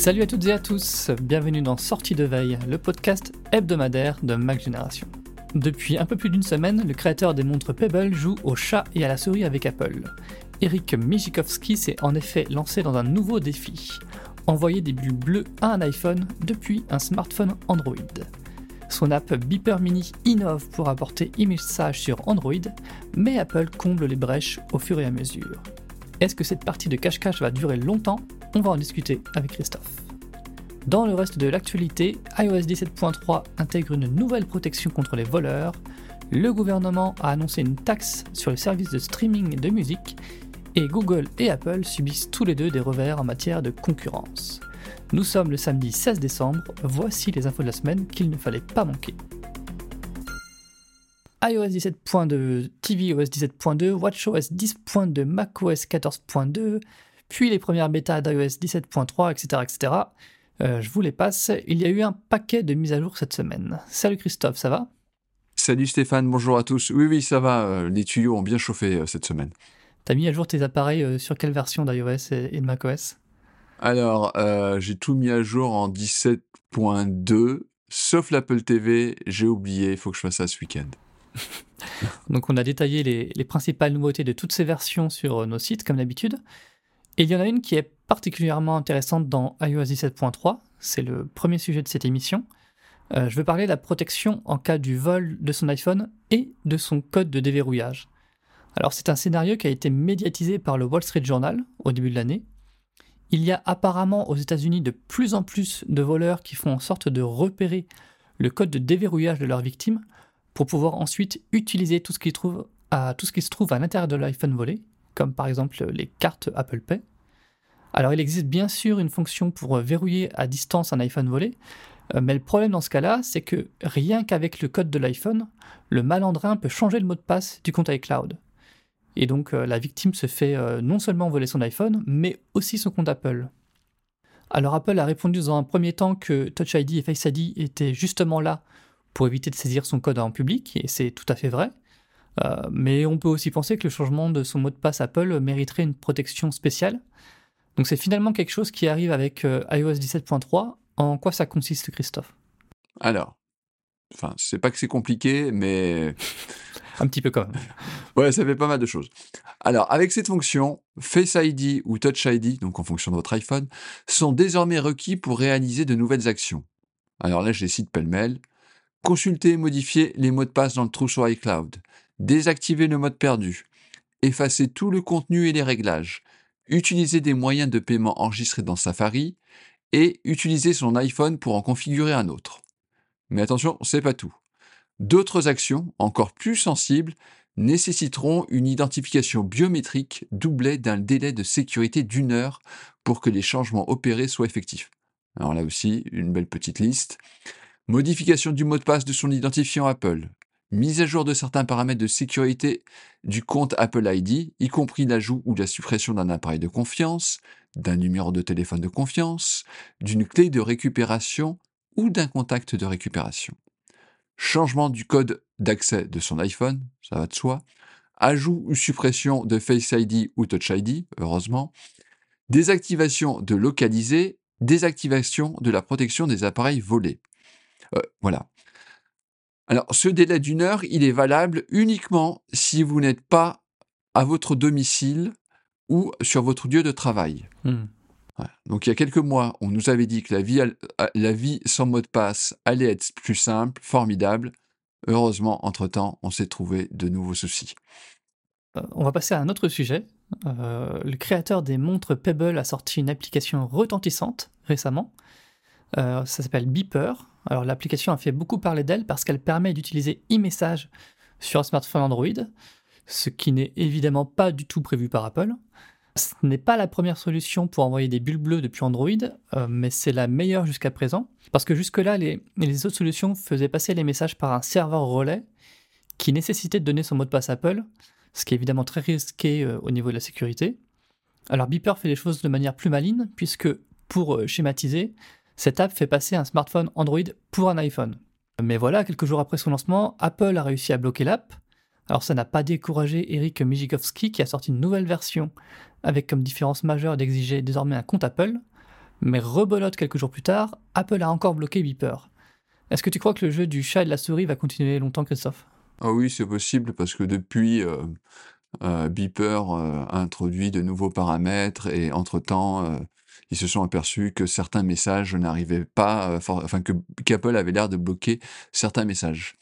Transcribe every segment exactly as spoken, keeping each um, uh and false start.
Salut à toutes et à tous, bienvenue dans Sortie de Veille, le podcast hebdomadaire de Mac Génération. Depuis un peu plus d'une semaine, le créateur des montres Pebble joue au chat et à la souris avec Apple. Eric Mijikowski s'est en effet lancé dans un nouveau défi, envoyer des bulles bleues à un iPhone depuis un smartphone Android. Son app Beeper Mini innove pour apporter Image Sage sur Android, mais Apple comble les brèches au fur et à mesure. Est-ce que cette partie de cache-cache va durer longtemps ? On va en discuter avec Christophe. Dans le reste de l'actualité, iOS dix-sept point trois intègre une nouvelle protection contre les voleurs, le gouvernement a annoncé une taxe sur les services de streaming de musique, et Google et Apple subissent tous les deux des revers en matière de concurrence. Nous sommes le samedi seize décembre, voici les infos de la semaine qu'il ne fallait pas manquer. iOS dix-sept point deux, tvOS dix-sept point deux, watchOS dix point deux, macOS quatorze point deux, puis les premières bêtas d'iOS dix-sept point trois, et cetera et cetera. Euh, je vous les passe, il y a eu un paquet de mises à jour cette semaine. Salut Christophe, ça va ? Salut Stéphane, bonjour à tous. Oui, oui, ça va, euh, les tuyaux ont bien chauffé euh, cette semaine. T'as mis à jour tes appareils euh, sur quelle version d'iOS et, et de macOS ? Alors, euh, j'ai tout mis à jour en dix-sept point deux, sauf l'Apple T V, j'ai oublié, il faut que je fasse ça ce week-end. Donc on a détaillé les, les principales nouveautés de toutes ces versions sur euh, nos sites, comme d'habitude. Et il y en a une qui est particulièrement intéressante dans iOS dix-sept point trois, c'est le premier sujet de cette émission. Euh, je veux parler de la protection en cas du vol de son iPhone et de son code de déverrouillage. Alors c'est un scénario qui a été médiatisé par le Wall Street Journal au début de l'année. Il y a apparemment aux États-Unis de plus en plus de voleurs qui font en sorte de repérer le code de déverrouillage de leurs victimes pour pouvoir ensuite utiliser tout ce qui, trouve à, tout ce qui se trouve à l'intérieur de l'iPhone volé, comme par exemple les cartes Apple Pay. Alors il existe bien sûr une fonction pour verrouiller à distance un iPhone volé, mais le problème dans ce cas-là, c'est que rien qu'avec le code de l'iPhone, le malandrin peut changer le mot de passe du compte iCloud. Et donc euh, la victime se fait euh, non seulement voler son iPhone, mais aussi son compte Apple. Alors Apple a répondu dans un premier temps que Touch I D et Face I D étaient justement là pour éviter de saisir son code en public, et c'est tout à fait vrai. Euh, mais on peut aussi penser que le changement de son mot de passe Apple mériterait une protection spéciale. Donc c'est finalement quelque chose qui arrive avec euh, iOS dix-sept point trois. En quoi ça consiste, Christophe ? Alors, enfin, c'est pas que c'est compliqué, mais... Un petit peu quand même. Ouais, ça fait pas mal de choses. Alors, avec cette fonction, Face I D ou Touch I D, donc en fonction de votre iPhone, sont désormais requis pour réaliser de nouvelles actions. Alors là, je les cite pêle-mêle. Consulter et modifier les mots de passe dans le trou sur iCloud. Désactiver le mode perdu. Effacer tout le contenu et les réglages. Utiliser des moyens de paiement enregistrés dans Safari. Et utiliser son iPhone pour en configurer un autre. Mais attention, c'est pas tout. D'autres actions, encore plus sensibles, nécessiteront une identification biométrique doublée d'un délai de sécurité d'une heure pour que les changements opérés soient effectifs. Alors là aussi, une belle petite liste. Modification du mot de passe de son identifiant Apple. Mise à jour de certains paramètres de sécurité du compte Apple I D, y compris l'ajout ou la suppression d'un appareil de confiance, d'un numéro de téléphone de confiance, d'une clé de récupération ou d'un contact de récupération. Changement du code d'accès de son iPhone, ça va de soi. Ajout ou suppression de Face I D ou Touch I D, heureusement. Désactivation de localiser, désactivation de la protection des appareils volés. Euh, voilà. Alors, ce délai d'une heure, il est valable uniquement si vous n'êtes pas à votre domicile ou sur votre lieu de travail. Mmh. Voilà. Donc, il y a quelques mois, on nous avait dit que la vie, la vie sans mot de passe allait être plus simple, formidable. Heureusement, entre-temps, on s'est trouvé de nouveaux soucis. Euh, on va passer à un autre sujet. Euh, le créateur des montres Pebble a sorti une application retentissante récemment. Euh, ça s'appelle Beeper. Alors l'application a fait beaucoup parler d'elle parce qu'elle permet d'utiliser e-message sur un smartphone Android, ce qui n'est évidemment pas du tout prévu par Apple. Ce n'est pas la première solution pour envoyer des bulles bleues depuis Android, euh, mais c'est la meilleure jusqu'à présent, parce que jusque-là, les, les autres solutions faisaient passer les messages par un serveur relais qui nécessitait de donner son mot de passe Apple, ce qui est évidemment très risqué euh, au niveau de la sécurité. Alors Beeper fait les choses de manière plus maligne, puisque pour euh, schématiser, cette app fait passer un smartphone Android pour un iPhone. Mais voilà, quelques jours après son lancement, Apple a réussi à bloquer l'app. Alors ça n'a pas découragé Eric Mijikowski qui a sorti une nouvelle version avec comme différence majeure d'exiger désormais un compte Apple. Mais rebelote quelques jours plus tard, Apple a encore bloqué Beeper. Est-ce que tu crois que le jeu du chat et de la souris va continuer longtemps, Christophe? Ah oui, c'est possible parce que depuis, euh, euh, Beeper euh, a introduit de nouveaux paramètres et entre-temps, euh, ils se sont aperçus que certains messages n'arrivaient pas, euh, for- enfin que qu'Apple avait l'air de bloquer certains messages.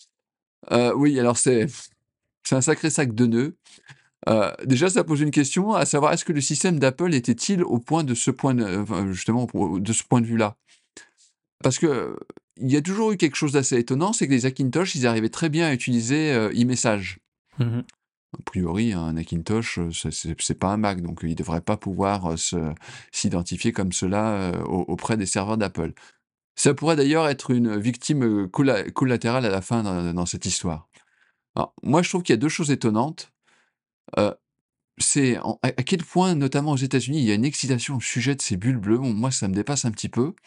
Euh, oui, alors c'est c'est un sacré sac de nœuds. Euh, déjà, ça pose une question, à savoir est-ce que le système d'Apple était-il au point de ce point, de, enfin, justement, pour- de ce point de vue-là? Parce que euh, il y a toujours eu quelque chose d'assez étonnant, c'est que les Hackintosh, ils arrivaient très bien à utiliser euh, e-message. Mhm. A priori, un Hackintosh, euh, c'est c'est- c'est pas un Mac, donc il ne devrait pas pouvoir euh, se- s'identifier comme cela euh, au- auprès des serveurs d'Apple. Ça pourrait d'ailleurs être une victime euh, colla- collatérale à la fin dans, dans cette histoire. Alors, moi, je trouve qu'il y a deux choses étonnantes. Euh, c'est en- à, à quel point, notamment aux États-Unis, il y a une excitation au sujet de ces bulles bleues. Bon, moi, ça me dépasse un petit peu.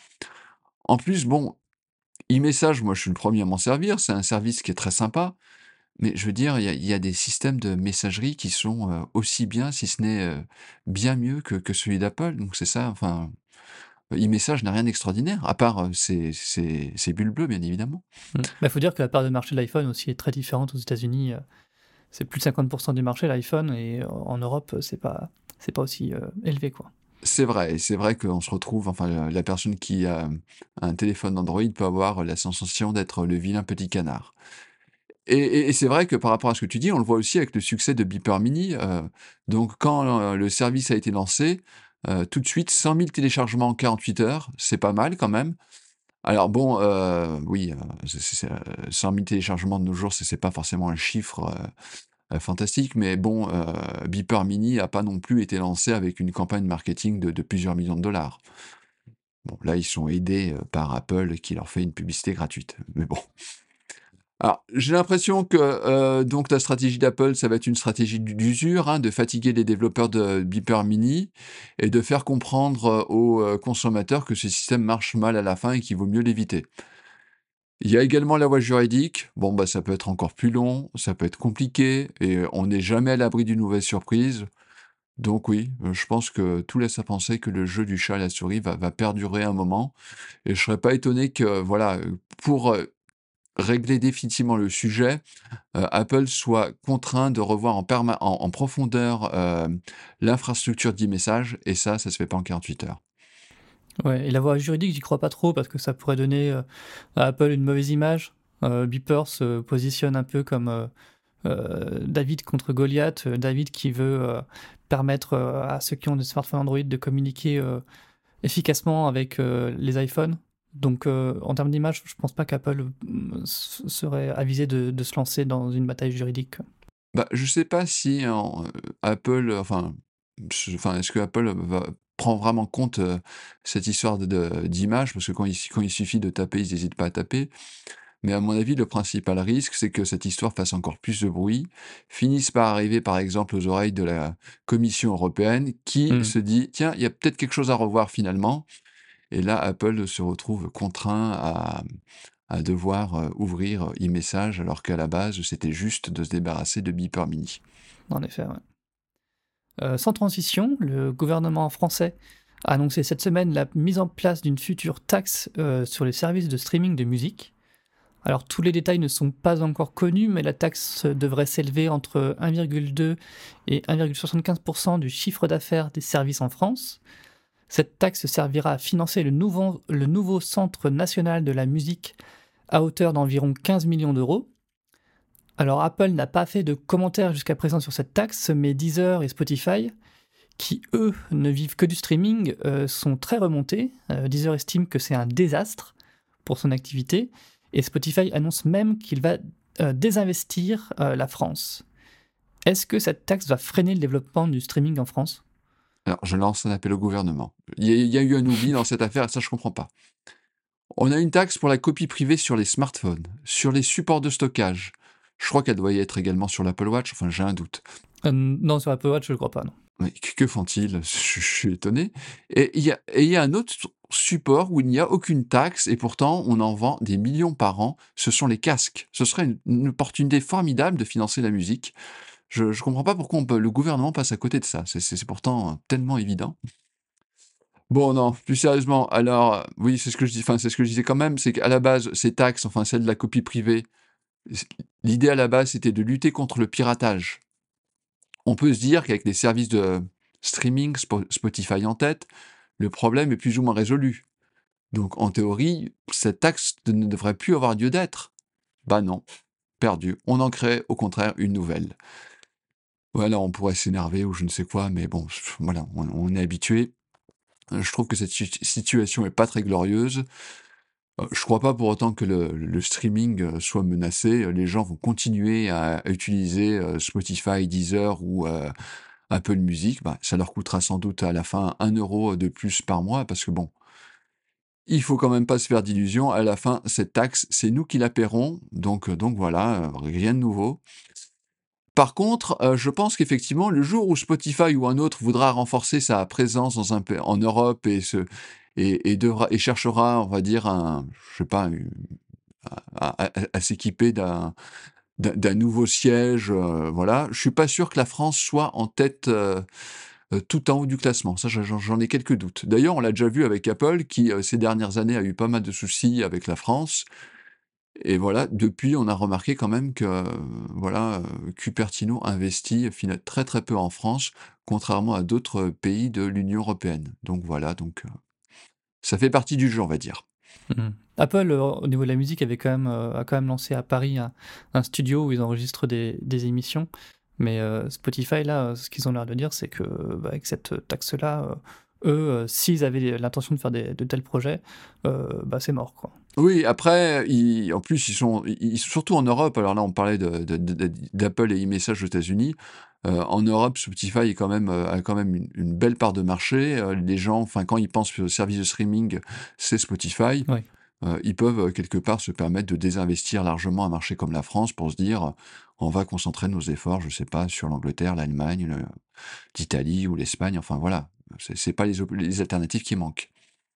En plus, bon, e-message, moi, je suis le premier à m'en servir. C'est un service qui est très sympa. Mais je veux dire, il y a il y a des systèmes de messagerie qui sont, heu, aussi bien, si ce n'est, heu, bien mieux que que celui d'Apple, donc c'est ça, enfin, e-message n'a rien d'extraordinaire, à part, heu, ses ses ses bulles bleues, bien évidemment. Il faut dire que la part de marché de l'iPhone aussi est très différente aux États-Unis. euh, C'est plus de cinquante pour cent du marché l'iPhone et euh, en Europe, c'est pas, c'est pas aussi euh, élevé, quoi. C'est vrai et c'est vrai qu'on se retrouve, enfin, la la personne qui a un téléphone Android peut avoir la sensation d'être le vilain petit canard. Et et et c'est vrai que par rapport à ce que tu dis, on le voit aussi avec le succès de Beeper Mini, heu, donc quand, heu, le service a été lancé, heu, tout de suite cent mille téléchargements en quarante-huit heures, c'est pas mal quand même. Alors bon, heu, oui, heu, c'est c'est c'est, heu, cent mille téléchargements de nos jours, c'est c'est pas forcément un chiffre, heu heu, fantastique, mais bon, heu, Beeper Mini a pas non plus été lancé avec une campagne marketing de de plusieurs millions de dollars. Bon, là, ils sont aidés, heu, par Apple qui leur fait une publicité gratuite, mais bon. Alors, j'ai l'impression que, heu, donc la stratégie d'Apple, ça va être une stratégie d'u d'usure, hein, de fatiguer les développeurs de Beeper Mini et de faire comprendre, heu, aux, heu, consommateurs que ce système marche mal à la fin et qu'il vaut mieux l'éviter. Il y a également la voie juridique. Bon, bah, ça peut être encore plus long, ça peut être compliqué et heu, on n'est jamais à l'abri d'une mauvaise surprise. Donc oui, heu, je pense que tout laisse à penser que le jeu du chat et la souris va va perdurer un moment et je serais pas étonné que, voilà, heu, pour, heu, régler définitivement le sujet, heu, Apple soit contraint de revoir en perma en en profondeur, hem, l'infrastructure d'e-message et ça, ça se fait pas en quarante-huit heures. Ouais, et la voie juridique, j'y crois pas trop parce que ça pourrait donner euh, à Apple une mauvaise image. Euh, Beeper se positionne un peu comme euh, euh, David contre Goliath, euh, David qui veut euh, permettre euh, à ceux qui ont des smartphones Android de communiquer euh, efficacement avec euh, les iPhones. Donc euh, en termes d'image, je pense pas qu'Apple euh, s- serait avisé de, de se lancer dans une bataille juridique. Bah, je sais pas si en, heu, Apple, enfin, je enfin, est-ce que Apple va prend vraiment compte, heu, cette histoire de de d'image? Parce que quand il quand il suffit de taper, ils hésitent pas à taper. Mais à mon avis, le principal risque, c'est que cette histoire fasse encore plus de bruit, finisse par arriver, par exemple, aux oreilles de la Commission européenne, qui Hmm. se dit: «Tiens, il y a peut-être quelque chose à revoir finalement». Et là, Apple se retrouve contraint à à devoir, heu, ouvrir e-message, alors qu'à la base, c'était juste de se débarrasser de Beeper Mini. En effet, ouais. Euh, sans transition, le gouvernement français a annoncé cette semaine la mise en place d'une future taxe euh, sur les services de streaming de musique. Alors tous les détails ne sont pas encore connus, mais la taxe devrait s'élever entre un virgule deux et un virgule soixante-quinze pour cent du chiffre d'affaires des services en France. Cette taxe servira à financer le nouveau, le nouveau Centre national de la musique à hauteur d'environ quinze millions d'euros. Alors Apple n'a pas fait de commentaires jusqu'à présent sur cette taxe, mais Deezer et Spotify, qui eux ne vivent que du streaming, euh, sont très remontés. Euh, Deezer estime que c'est un désastre pour son activité, et Spotify annonce même qu'il va euh, désinvestir euh, la France. Est-ce que cette taxe va freiner le développement du streaming en France? Alors, je lance un appel au gouvernement. Il y a il y a eu un oubli dans cette affaire et ça, je comprends pas. On a une taxe pour la copie privée sur les smartphones, sur les supports de stockage. Je crois qu'elle doit y être également sur l'Apple Watch, enfin, j'ai un doute. Euh, Non, sur Apple Watch, je ne crois pas, non. Mais que que font-ils? Je je suis étonné. Et il y a et il y a un autre support où il n'y a aucune taxe et pourtant on en vend des millions par an, ce sont les casques. Ce serait une une opportunité formidable de financer la musique. Je ne comprends pas pourquoi on peut le gouvernement passe à côté de ça. C'est c'est c'est pourtant, heu, tellement évident. Bon, non, plus sérieusement, alors, oui, c'est ce que je dis, enfin, c'est ce que je disais quand même, c'est qu'à la base, ces taxes, enfin, celle de la copie privée, c l'idée à la base, c'était de lutter contre le piratage. On peut se dire qu'avec les services de streaming, Spo Spotify en tête, le problème est plus ou moins résolu. Donc en théorie, cette taxe ne devrait plus avoir lieu d'être. Bah non, perdu. On en crée au contraire une nouvelle. Voilà, on pourrait s'énerver ou je ne sais quoi, mais bon, voilà, on, on est habitué. Euh, Je trouve que cette situ- situation est pas très glorieuse. Euh, Je crois pas pour autant que le, le streaming euh, soit menacé. Les gens vont continuer à, à utiliser euh, Spotify, Deezer ou euh, Apple Music. Bah, ça leur coûtera sans doute à la fin un euro de plus par mois parce que bon, il faut quand même pas se faire d'illusions. À la fin, cette taxe, c'est nous qui la paierons. Donc, euh, donc voilà, euh, rien de nouveau. Par contre, euh, je pense qu'effectivement, le jour où Spotify ou un autre voudra renforcer sa présence dans un, pa- en Europe et, se, et, et, devra, et cherchera, on va dire, un, je sais pas, une- à, à- à s'équiper d'un d'un d'un nouveau siège, euh, voilà, je suis pas sûr que la France soit en tête euh, euh, tout en haut du classement. Ça, j'en j'en ai quelques doutes. D'ailleurs, on l'a déjà vu avec Apple, qui euh, ces dernières années a eu pas mal de soucis avec la France. Et voilà, depuis, on a remarqué quand même que, euh, voilà, euh, Cupertino investit fina- très très peu en France, contrairement à d'autres pays de l'Union européenne. Donc voilà, donc euh, ça fait partie du jeu, on va dire. Mhm. Apple, euh, au niveau de la musique, avait quand même, euh, a quand même lancé à Paris un, un studio où ils enregistrent des, des émissions. Mais euh, Spotify, là, euh, ce qu'ils ont l'air de dire, c'est que bah, avec cette taxe-là, euh, eux, euh, s'ils avaient l'intention de faire des- de tels projets, euh, bah, c'est mort, quoi. Oui, après, ils- en plus, ils sont, ils, ils- surtout en Europe. Alors là, on parlait de- de- de- d'Apple et e-message aux États-Unis. Euh, en Europe, Spotify est quand même, euh, a quand même une, une belle part de marché. Euh, les gens, enfin, quand ils pensent au service de streaming, c'est Spotify. Oui. Euh, ils peuvent euh, quelque part se permettre de désinvestir largement un marché comme la France pour se dire, euh, on va concentrer nos efforts, je sais pas, sur l'Angleterre, l'Allemagne, le- l'Italie ou l'Espagne. Enfin voilà, c'est c'est pas les, op- les alternatives qui manquent.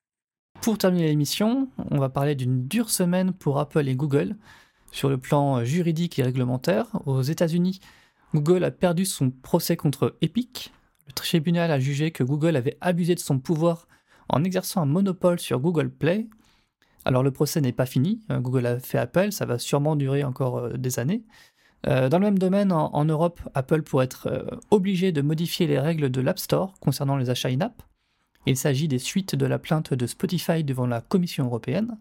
Pour terminer l'émission, on va parler d'une dure semaine pour Apple et Google sur le plan euh, juridique et réglementaire. Aux États-Unis, Google a perdu son procès contre Epic. Le tribunal a jugé que Google avait abusé de son pouvoir en exerçant un monopole sur Google Play. Alors le procès n'est pas fini, euh, Google a fait appel, ça va sûrement durer encore euh, des années. Euh, dans le même domaine, en, en Europe, Apple pourrait être euh, obligé de modifier les règles de l'App Store concernant les achats in-app. Il s'agit des suites de la plainte de Spotify devant la Commission européenne.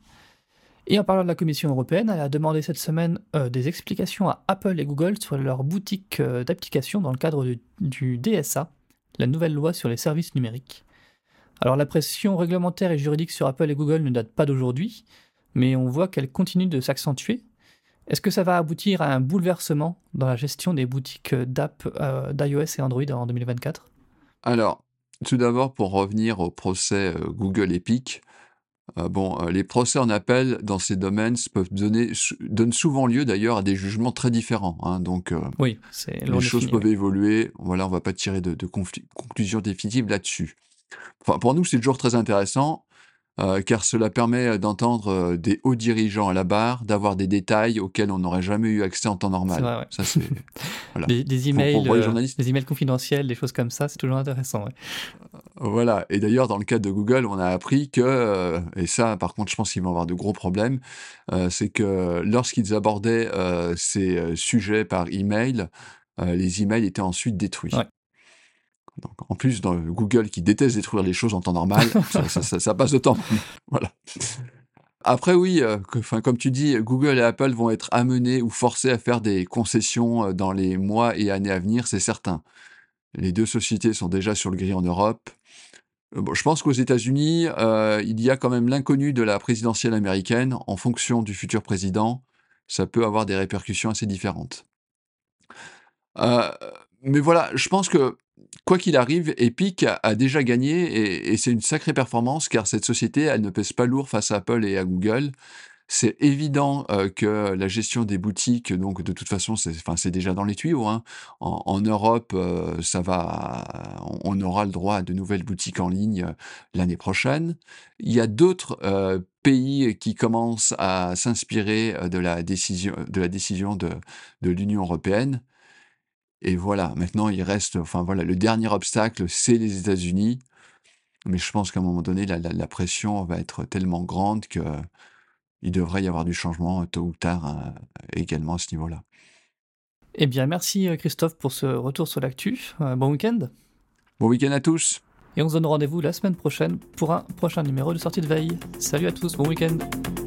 Et en parlant de la Commission européenne, elle a demandé cette semaine euh, des explications à Apple et Google sur leur boutique euh, d'applications dans le cadre du, du D S A, la nouvelle loi sur les services numériques. Alors la pression réglementaire et juridique sur Apple et Google ne date pas d'aujourd'hui, mais on voit qu'elle continue de s'accentuer. Est-ce que ça va aboutir à un bouleversement dans la gestion des boutiques d'app euh, d'iOS et Android en deux mille vingt-quatre? Alors, tout d'abord, pour revenir au procès euh, Google Epic, euh, bon, euh, les procès en appel dans ces domaines peuvent donner, sou- donnent souvent lieu d'ailleurs à des jugements très différents, hein. Donc, euh, Oui, c'est les loin de choses fini, peuvent oui. évoluer. Voilà, on va pas tirer de, de confli- conclusions définitives là-dessus. Enfin, pour nous, c'est toujours très intéressant, euh, car cela permet euh, d'entendre euh, des hauts dirigeants à la barre, d'avoir des détails auxquels on n'aurait jamais eu accès en temps C'est normal. vrai, ouais. Ça, c'est... Voilà. Des, des Pour, pour, emails, pour les euh, journalistes, des emails confidentiels, des choses comme ça, c'est toujours intéressant, ouais. voilà. Et d'ailleurs, dans le cas de Google, on a appris que, euh, et ça, par contre, je pense qu'ils vont avoir de gros problèmes, euh, c'est que lorsqu'ils abordaient euh, ces euh, sujets par email, euh, les emails étaient ensuite détruits. Ouais. Donc, en plus, dans Google qui déteste détruire les choses en temps normal, ça, ça, ça, ça passe de temps. Voilà. Après, oui, euh, que- 'fin, comme tu dis, Google et Apple vont être amenés ou forcés à faire des concessions euh, dans les mois et années à venir, c'est certain. Les deux sociétés sont déjà sur le gris en Europe. Euh, bon, je pense qu'aux États-Unis, euh, il y a quand même l'inconnu de la présidentielle américaine. En fonction du futur président, ça peut avoir des répercussions assez différentes. Euh, mais voilà, je pense que quoi qu'il arrive, Epic a, a déjà gagné et, et c'est une sacrée performance car cette société, elle ne pèse pas lourd face à Apple et à Google. C'est évident euh, que la gestion des boutiques, donc de toute façon, c'est, enfin, c'est déjà dans les tuyaux, hein. En, en Europe, euh, ça va, on on aura le droit à de nouvelles boutiques en ligne euh, l'année prochaine. Il y a d'autres euh, pays qui commencent à s'inspirer euh, de la décision, de la décision de, de l'Union européenne. Et voilà, maintenant il reste, enfin voilà, le dernier obstacle, c'est les États-Unis. Mais je pense qu'à un moment donné, la, la, la pression va être tellement grande que il devrait y avoir du changement tôt ou tard euh, également à ce niveau-là. Eh bien, merci Christophe pour ce retour sur l'actu. Euh, bon week-end. Bon week-end à tous. Et on se donne rendez-vous la semaine prochaine pour un prochain numéro de Sortie de Veille. Salut à tous, bon week-end.